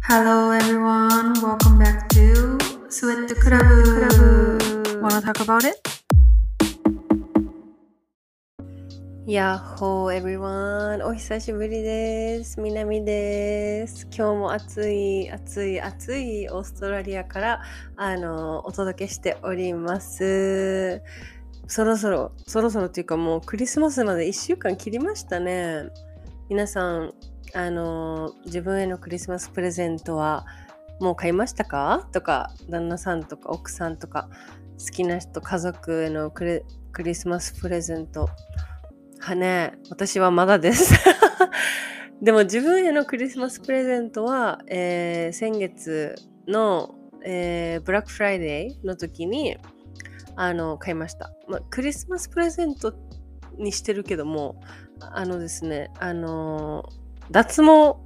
Hello everyone, welcome back to Sweat Club. Wanna talk about it? やっほー everyone お久しぶりです。みなみです。今日も暑いオーストラリアからお届けしております。そろそろっていうかもうクリスマスまで1週間切りましたね。皆さん自分へのクリスマスプレゼントはもう買いましたかとか、旦那さんとか奥さんとか好きな人家族へのクリスマスプレゼントはね、私はまだですでも自分へのクリスマスプレゼントは、先月の、ブラックフライデーの時に買いました。クリスマスプレゼントにしてるけどもですね脱毛の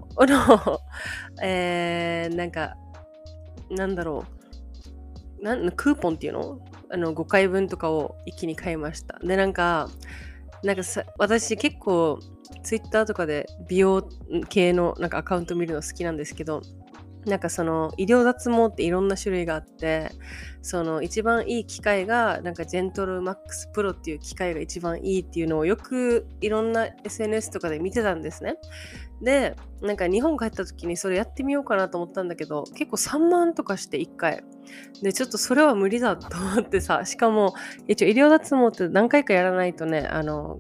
なんだろうクーポンっていうの5回分とかを一気に買いました。で私結構ツイッターとかで美容系のアカウント見るの好きなんですけど、その医療脱毛っていろんな種類があって、その一番いい機械がジェントルマックスプロっていう機械が一番いいっていうのをよくいろんな SNS とかで見てたんですね。で日本帰った時にそれやってみようかなと思ったんだけど、結構3万とかして1回でちょっとそれは無理だと思ってさ、しかも一応医療脱毛って何回かやらないとね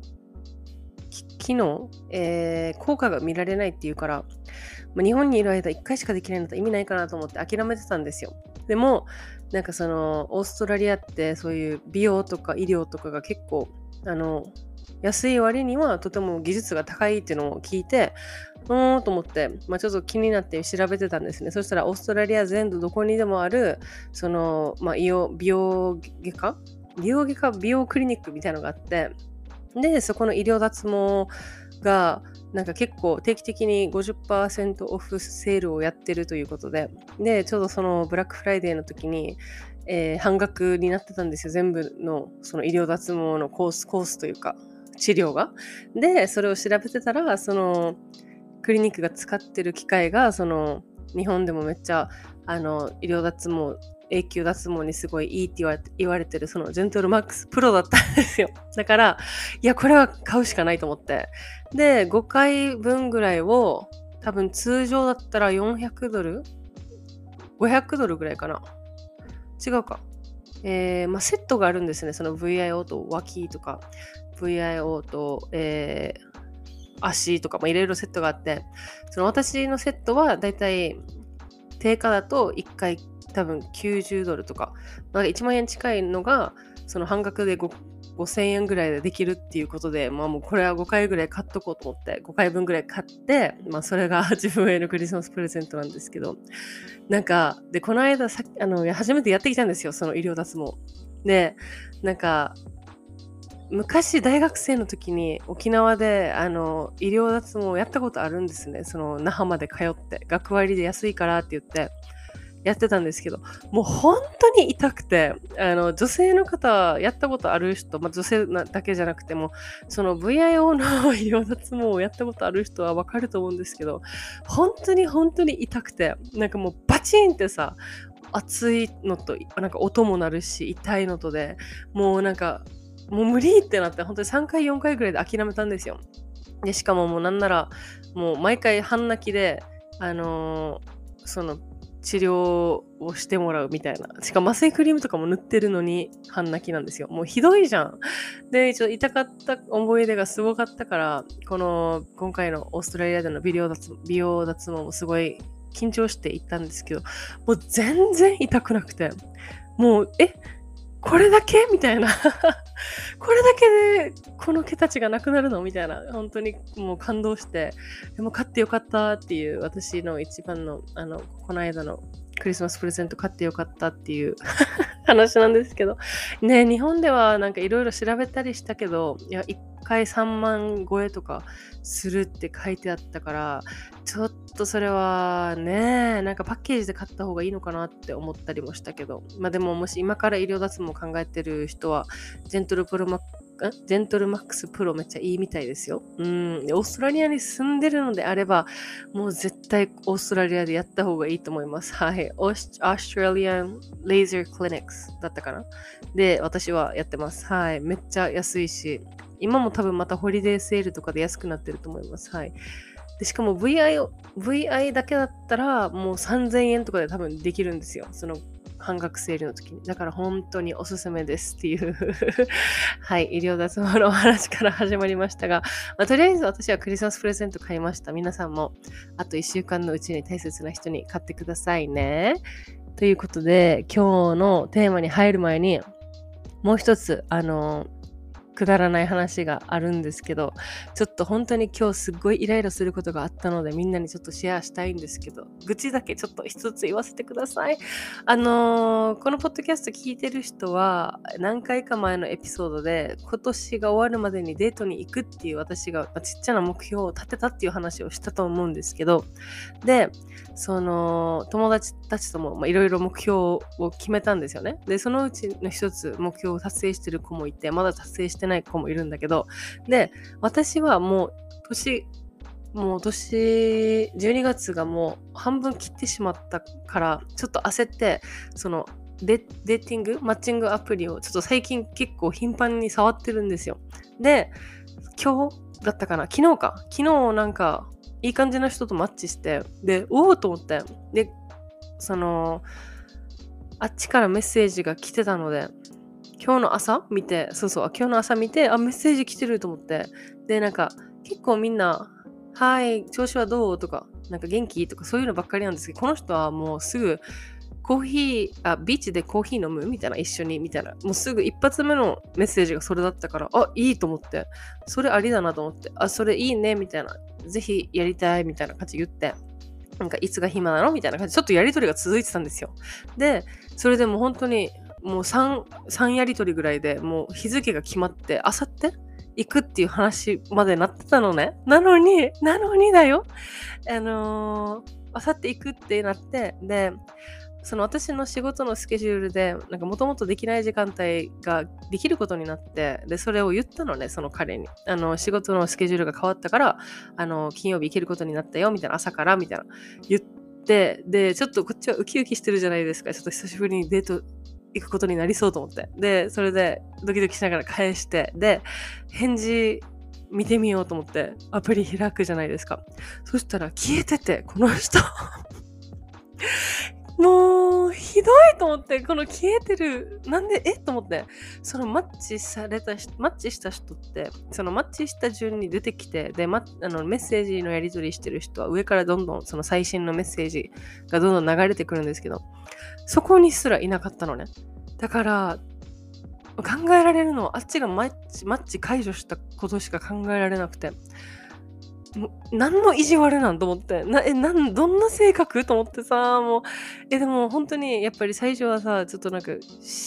効果が見られないっていうから、日本にいる間1回しかできないのと意味ないかなと思って諦めてたんですよ。でもそのオーストラリアってそういう美容とか医療とかが結構安い割にはとても技術が高いっていうのを聞いてと思って、ちょっと気になって調べてたんですね。そしたらオーストラリア全土どこにでもあるその、美容クリニックみたいなのがあって、でそこの医療脱毛が結構定期的に 50% オフセールをやってるということで、ちょうどそのブラックフライデーの時に、半額になってたんですよ。全部のその医療脱毛のコースというか治療が。でそれを調べてたら、そのクリニックが使ってる機械がその日本でもめっちゃ医療脱毛永久脱毛にすごいいいって言われてるそのジェントルマックスプロだったんですよ。だからいやこれは買うしかないと思って、で5回分ぐらいを多分通常だったら$400 $500 ぐらいかな、違うか、セットがあるんですね。その VIO と脇とか VIO と、足とかいろいろセットがあって、その私のセットはだいたい定価だと1回多分$90とか、1万円近いのがその半額で5000円ぐらいでできるっていうことで、もうこれは5回ぐらい買っとこうと思って5回分ぐらい買って、それが自分へのクリスマスプレゼントなんですけど、でこの間初めてやってきたんですよ、その医療脱毛で。昔大学生の時に沖縄で医療脱毛をやったことあるんですね。その那覇まで通って学割で安いからって言ってやってたんですけど、もう本当に痛くて、女性の方やったことある人、女性だけじゃなくてもその VIO の医療脱毛をやったことある人は分かると思うんですけど、本当に痛くて、もうバチンってさ、熱いのと音も鳴るし痛いのとで、もうもう無理ってなって、本当に3回4回ぐらいで諦めたんですよ。でしかももうなんならもう毎回半泣きでその治療をしてもらうみたいな。しかも麻酔クリームとかも塗ってるのに半泣きなんですよ。もうひどいじゃん。でちょっと痛かった思い出がすごかったから、今回のオーストラリアでの美容脱毛もすごい緊張して行ったんですけど、もう全然痛くなくて、もうこれだけみたいなこれだけでこの毛たちがなくなるのみたいな、本当にもう感動して、でも買ってよかったっていう、私の一番のこの間のクリスマスプレゼント買ってよかったっていう話なんですけどね。日本ではいろいろ調べたりしたけど、いや1回3万超えとかするって書いてあったから、ちょっとそれはねパッケージで買った方がいいのかなって思ったりもしたけど、でももし今から医療脱毛考えてる人はジェントルジェントルマックスプロめっちゃいいみたいですよ。でオーストラリアに住んでるのであれば、もう絶対オーストラリアでやった方がいいと思います。はい。Australian Laser Clinics だったかな。で、私はやってます。はい。めっちゃ安いし、今も多分またホリデーセールとかで安くなってると思います。はい。でしかも VI だけだったらもう3000円とかで多分できるんですよ。その半額セールの時に。だから本当におすすめですっていうはい、医療脱毛のお話から始まりましたが、とりあえず私はクリスマスプレゼント買いました。皆さんもあと1週間のうちに大切な人に買ってくださいね。ということで、今日のテーマに入る前に、もう一つ、くだらない話があるんですけど、ちょっと本当に今日すっごいイライラすることがあったので、みんなにちょっとシェアしたいんですけど、愚痴だけちょっと一つ言わせてください。このポッドキャスト聞いてる人は、何回か前のエピソードで、今年が終わるまでにデートに行くっていう私がちっちゃな目標を立てたっていう話をしたと思うんですけど、で、その友達たちともいろいろ目標を決めたんですよね。で、そのうちの一つ目標を達成してる子もいて、まだ達成してない子もいるんだけど、で、私はもう年12月がもう半分切ってしまったから、ちょっと焦って、そのデーティング、マッチングアプリをちょっと最近結構頻繁に触ってるんですよ。で、今日だったかな、昨日なんかいい感じの人とマッチして、で、おおと思って、で、あっちからメッセージが来てたので、今日の朝見て、メッセージ来てると思って、で、なんか、結構みんな、はい、調子はどうとか、なんか元気とかそういうのばっかりなんですけど、この人はもうすぐ、ビーチでコーヒー飲むみたいな、一緒にみたいな、もうすぐ一発目のメッセージがそれだったから、いいと思って、それありだなと思って、それいいねみたいな、ぜひやりたいみたいな感じ言って、なんかいつが暇なのみたいな感じで、ちょっとやりとりが続いてたんですよ。で、それでもう本当に、もう3やりとりぐらいでもう日付が決まって、あさって行くっていう話までなってたのね。なのにだよ。あさって行くってなって、で、その私の仕事のスケジュールで、なんかもともとできない時間帯ができることになって、で、それを言ったのね、その彼に。仕事のスケジュールが変わったから、金曜日行けることになったよ、みたいな、朝から、みたいな、言って、で、ちょっとこっちはウキウキしてるじゃないですか。ちょっと久しぶりにデート行くことになりそうと思って。で、それでドキドキしながら返して、で、返事見てみようと思って、アプリ開くじゃないですか。そしたら消えてて、この人。もうひどいと思って、この消えてる、なんでと思って、そのマッチした人って、そのマッチした順に出てきて、で、メッセージのやり取りしてる人は上からどんどんその最新のメッセージがどんどん流れてくるんですけど、そこにすらいなかったのね。だから考えられるのはあっちがマッチ解除したことしか考えられなくて、何の意地悪なんと思って、どんな性格と思ってさ、もう、でも本当にやっぱり最初はさ、ちょっとなんか、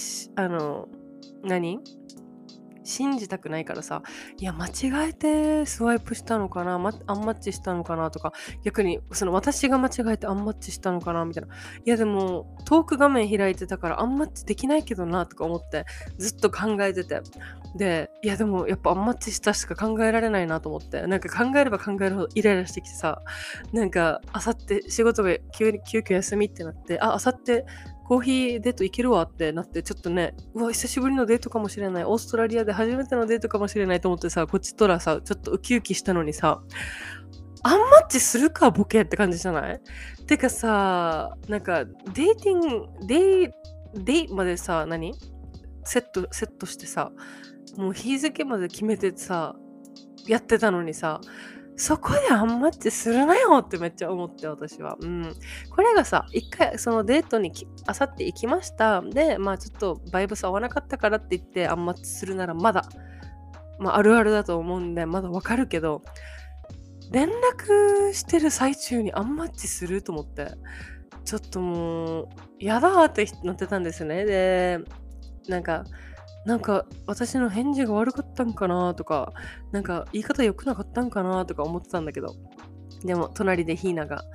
信じたくないからさ、いや、間違えてスワイプしたのかな、アンマッチしたのかなとか、逆に、私が間違えてアンマッチしたのかなみたいな。いや、でも、トーク画面開いてたからアンマッチできないけどなとか思って、ずっと考えてて。で、いや、でも、やっぱアンマッチしたしか考えられないなと思って、なんか考えれば考えるほどイライラしてきてさ、なんか、あさって仕事が急遽休みってなって、あさってコーヒーデート行けるわってなって、ちょっとね、久しぶりのデートかもしれない、オーストラリアで初めてのデートかもしれないと思ってさ、こっちとらさ、ちょっとウキウキしたのにさ、アンマッチするかボケって感じじゃない？てかさ、なんかデーまでさ、セットしてさ、もう日付まで決めてさ、やってたのにさ、そこでアンマッチするなよってめっちゃ思って、私は。これがさ、一回そのデートにあさって行きました。で、ちょっとバイブス合わなかったからって言ってアンマッチするならまだ、あるあるだと思うんで、まだわかるけど、連絡してる最中にアンマッチすると思って、ちょっともう、やだーってなってたんですよね。で、なんか私の返事が悪かったんかなとか、なんか言い方良くなかったんかなとか思ってたんだけど、でも隣でヒーナが、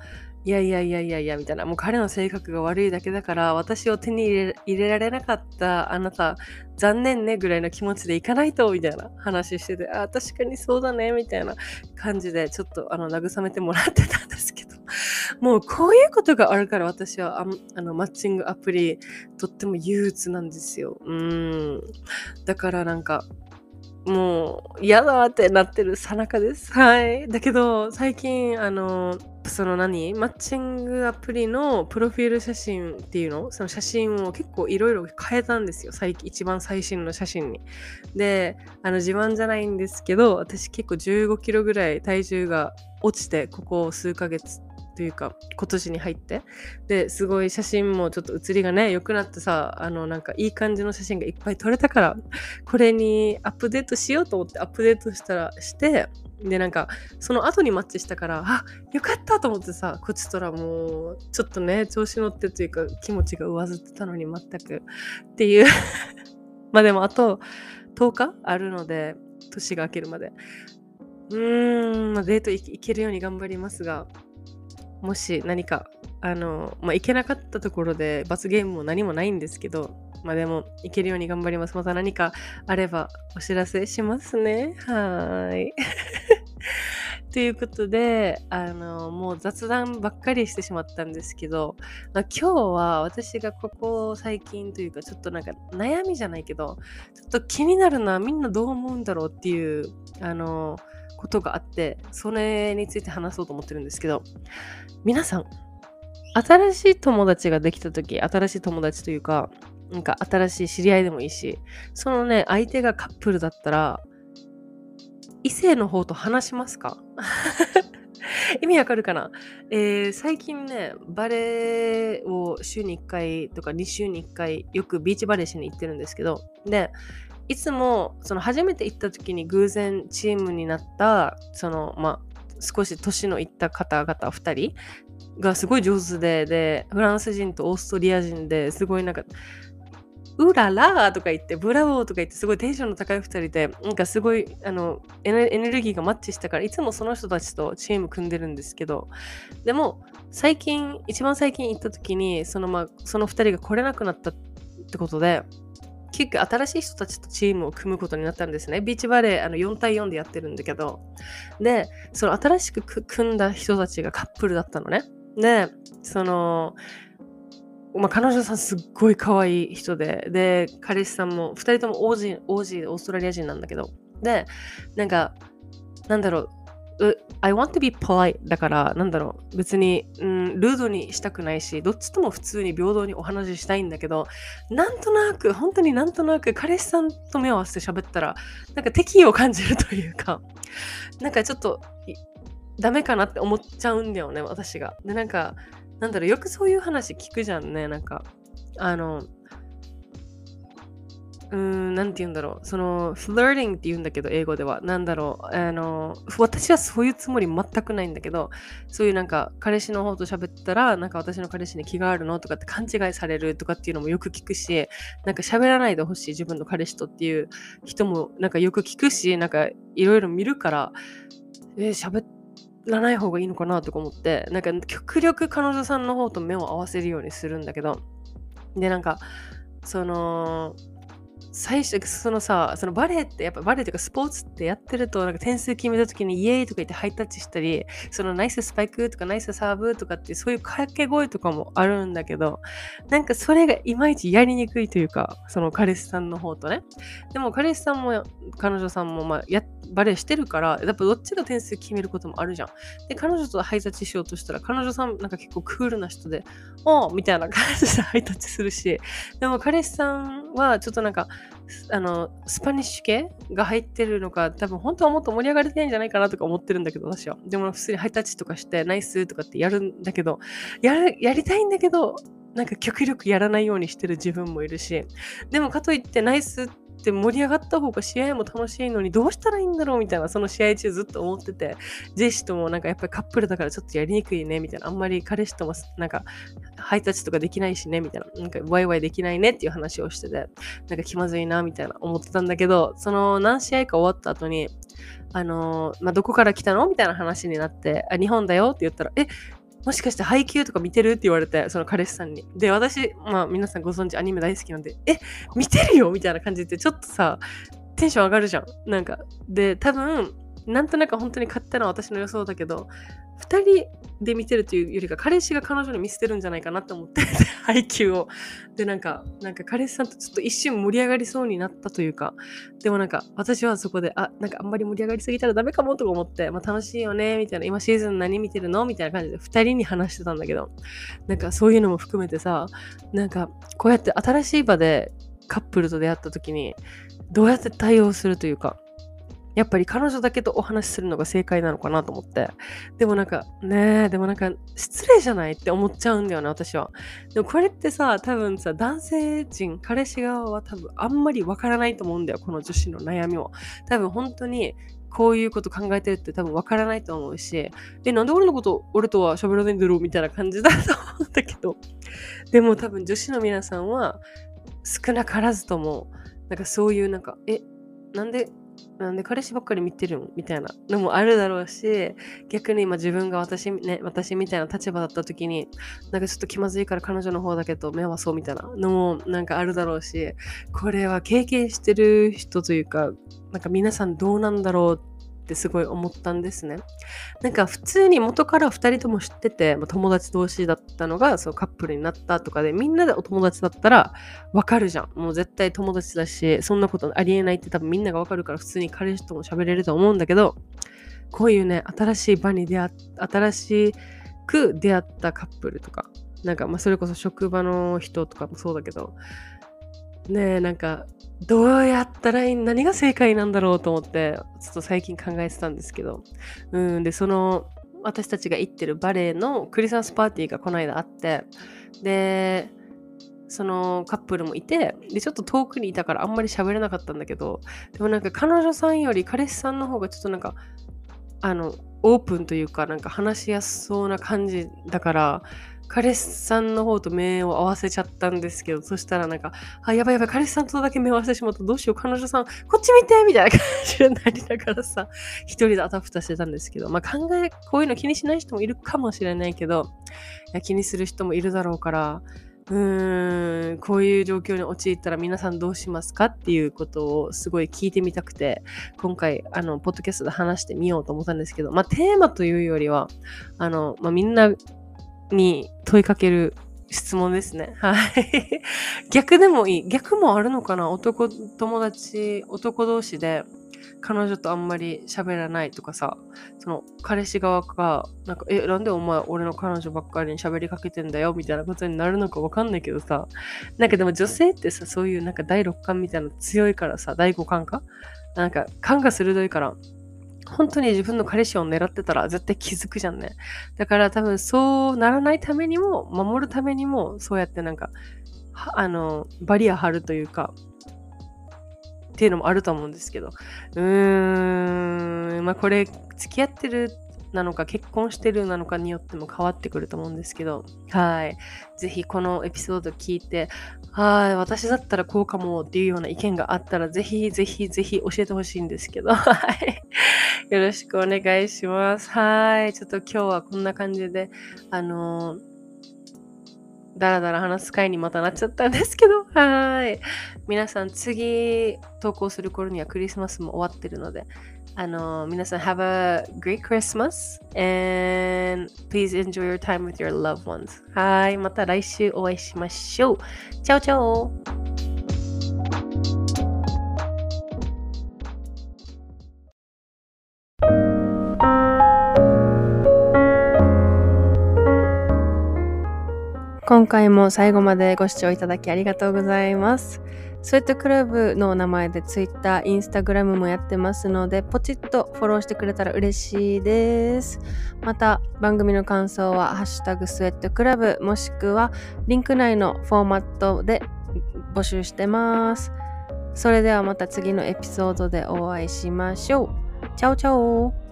いやいやいやいやいや、みたいな。もう彼の性格が悪いだけだから、私を手に入れられなかったあなた、残念ねぐらいの気持ちでいかないと、みたいな話してて、あ、確かにそうだね、みたいな感じで、ちょっと慰めてもらってたんですけど、もうこういうことがあるから私はマッチングアプリ、とっても憂鬱なんですよ。だからなんか、もう嫌だってなってる最中です。はい。だけど、最近、マッチングアプリのプロフィール写真っていうのその写真を結構いろいろ変えたんですよ。一番最新の写真に。で、自慢じゃないんですけど、私結構15キロぐらい体重が落ちて、ここ数ヶ月というか、今年に入って。で、すごい写真もちょっと写りがね、良くなってさ、なんかいい感じの写真がいっぱい撮れたから、これにアップデートしようと思ってアップデートして、で、なんか、その後にマッチしたから、あ、よかったと思ってさ、こっちとらもう、ちょっとね、調子乗ってというか、気持ちが上ずってたのに全くっていう。まあでも、あと10日あるので、年が明けるまで。まあ、デート行けるように頑張りますが、もし何か、行けなかったところで罰ゲームも何もないんですけど、まあでも、行けるように頑張ります。また何かあればお知らせしますね。はーい。ということで、もう雑談ばっかりしてしまったんですけど、今日は私がここ最近というか、ちょっとなんか悩みじゃないけど、ちょっと気になるのはみんなどう思うんだろうっていう、ことがあって、それについて話そうと思ってるんですけど、皆さん、新しい友達ができたとき、新しい友達というか、なんか新しい知り合いでもいいし、そのね、相手がカップルだったら、異性の方と話しますか？意味わかるかな？最近ね、バレーを週に1回とか2週に1回よくビーチバレーしに行ってるんですけど、で、いつもその初めて行った時に偶然チームになった、少し年のいった方々2人がすごい上手で、フランス人とオーストリア人ですごいなんかウララーとか言って、ブラボーとか言って、すごいテンションの高い2人で、なんかすごい、エネルギーがマッチしたから、いつもその人たちとチーム組んでるんですけど、でも、一番最近行った時に、その2人が来れなくなったってことで、急遽新しい人たちとチームを組むことになったんですね。ビーチバレー4対4でやってるんだけど、で、その新しく組んだ人たちがカップルだったのね。で、彼女さんすっごい可愛い人で、彼氏さんも、二人ともオーストラリア人なんだけど、で、なんか、なんだろI want to be polite だから、別に、ルードにしたくないし、どっちとも普通に平等にお話ししたいんだけど、本当になんとなく、彼氏さんと目を合わせて喋ったら、なんか敵意を感じるというか、なんかちょっと、ダメかなって思っちゃうんだよね、私が。で、よくそういう話聞くじゃんね。なんて言うんだろう。flirting って言うんだけど、英語では。私はそういうつもり全くないんだけど、そういうなんか、彼氏の方と喋ったら、なんか私の彼氏に気があるのとかって勘違いされるとかっていうのもよく聞くし、なんか喋らないでほしい自分の彼氏とっていう人もなんかよく聞くし、なんかいろいろ見るから、喋らない方がいいのかなとか思って、なんか極力彼女さんの方と目を合わせるようにするんだけど、で、なんか、その、最初、そのバレーって、やっぱバレーというかスポーツってやってると、なんか点数決めた時にイエーイとか言ってハイタッチしたり、そのナイススパイクとかナイスサーブとかってそういう掛け声とかもあるんだけど、なんかそれがいまいちやりにくいというか、その彼氏さんの方とね。でも彼氏さんも彼女さんもバレーしてるから、やっぱどっちが点数決めることもあるじゃん。で、彼女とハイタッチしようとしたら、彼女さんなんか結構クールな人で、おーみたいな感じでハイタッチするし、でも彼氏さんはちょっとなんか、スパニッシュ系が入ってるのか、多分本当はもっと盛り上がりたいんじゃないかなとか思ってるんだけど、私は。でも普通にハイタッチとかして、ナイスとかってやるんだけど、やりたいんだけど、なんか極力やらないようにしてる自分もいるし、でもかといってナイスって盛り上がった方が試合も楽しいのにどうしたらいいんだろうみたいな、その試合中ずっと思ってて、ジェシともなんかやっぱりカップルだからちょっとやりにくいねみたいな、あんまり彼氏ともなんかハイタッチとかできないしねみたいな、なんかワイワイできないねっていう話をしてて、なんか気まずいなみたいな思ってたんだけど、その何試合か終わった後に、どこから来たのみたいな話になって、日本だよって言ったら、 もしかして配給とか見てるって言われて、その彼氏さんに。で、私、皆さんご存知アニメ大好きなんで、見てるよみたいな感じで、ちょっとさ、テンション上がるじゃん。なんか、で、多分、なんとなく本当に勝手な私の予想だけど、2人で見てるというよりか、彼氏が彼女に見せてるんじゃないかなって思って、配給を。で、なんか彼氏さんとちょっと一瞬盛り上がりそうになったというか、でもなんか私はそこで、なんかあんまり盛り上がりすぎたらダメかもとか思って、楽しいよね、みたいな、今シーズン何見てるのみたいな感じで2人に話してたんだけど、なんかそういうのも含めてさ、なんかこうやって新しい場でカップルと出会った時に、どうやって対応するというか、やっぱり彼女だけとお話しするのが正解なのかなと思って。でもなんか失礼じゃないって思っちゃうんだよね、私は。でもこれってさ、多分さ、男性陣、彼氏側は多分あんまりわからないと思うんだよ、この女子の悩みを。多分本当にこういうこと考えてるって多分わからないと思うし、なんで俺とは喋らないんだろうみたいな感じだと思うんだけど。でも多分女子の皆さんは少なからずとも、なんかそういうなんで彼氏ばっかり見てるんみたいなのもあるだろうし、逆に今自分が私みたいな立場だった時に、なんかちょっと気まずいから彼女の方だけと目を合わそうみたいなのもなんかあるだろうし、これは経験してる人というか、なんか皆さんどうなんだろうってすごい思ったんですね。なんか普通に元から2人とも知ってて、友達同士だったのがそうカップルになったとかで、みんなでお友達だったらわかるじゃん。もう絶対友達だし、そんなことありえないって多分みんながわかるから、普通に彼氏とも喋れると思うんだけど、こういうね、新しい場に新しく出会ったカップルとか、なんかそれこそ職場の人とかもそうだけど、なんかどうやったら何が正解なんだろうと思ってちょっと最近考えてたんですけど、でその私たちが行ってるバレエのクリスマスパーティーがこの間あって、でそのカップルもいて、でちょっと遠くにいたからあんまり喋れなかったんだけど、でもなんか彼女さんより彼氏さんの方がちょっとなんかオープンというか、なんか話しやすそうな感じだから、彼氏さんの方と目を合わせちゃったんですけど、そしたらなんか、やばい、彼氏さんとだけ目を合わせてしまった、どうしよう、彼女さん、こっち見てみたいな感じになりながらさ、一人であたふたしてたんですけど、こういうの気にしない人もいるかもしれないけど、気にする人もいるだろうから、こういう状況に陥ったら皆さんどうしますかっていうことをすごい聞いてみたくて、今回ポッドキャストで話してみようと思ったんですけど、テーマというよりはみんなに問いかける質問ですね。はい。逆でもいい。逆もあるのかな？男同士で彼女とあんまり喋らないとかさ、その彼氏側がなんかなんでお前俺の彼女ばっかりに喋りかけてんだよみたいなことになるのかわかんないけどさ、なんかでも女性ってさ、そういうなんか第六感みたいなの強いからさ、第五感かなんか感が鋭いから、本当に自分の彼氏を狙ってたら絶対気づくじゃんね。だから多分そうならないためにも、守るためにも、そうやってなんかバリア張るというかっていうのもあると思うんですけど、これ付き合ってるなのか結婚してるなのかによっても変わってくると思うんですけど、はい。ぜひこのエピソード聞いて、私だったらこうかもっていうような意見があったら、ぜひぜひぜひ教えてほしいんですけど、はい。よろしくお願いします。はい。ちょっと今日はこんな感じで、だらだら話す回にまたなっちゃったんですけど、はい。皆さん次投稿する頃にはクリスマスも終わってるので、皆さん have a great Christmas and please enjoy your time with your loved ones. はい。また来週お会いしましょう。チャオチャオ。今回も最後までご視聴いただきありがとうございます。スウェットクラブの名前で Twitter、Instagram もやってますので、ポチッとフォローしてくれたら嬉しいです。また、番組の感想はハッシュタグスウェットクラブもしくはリンク内のフォーマットで募集してます。それではまた次のエピソードでお会いしましょう。チャオチャオ。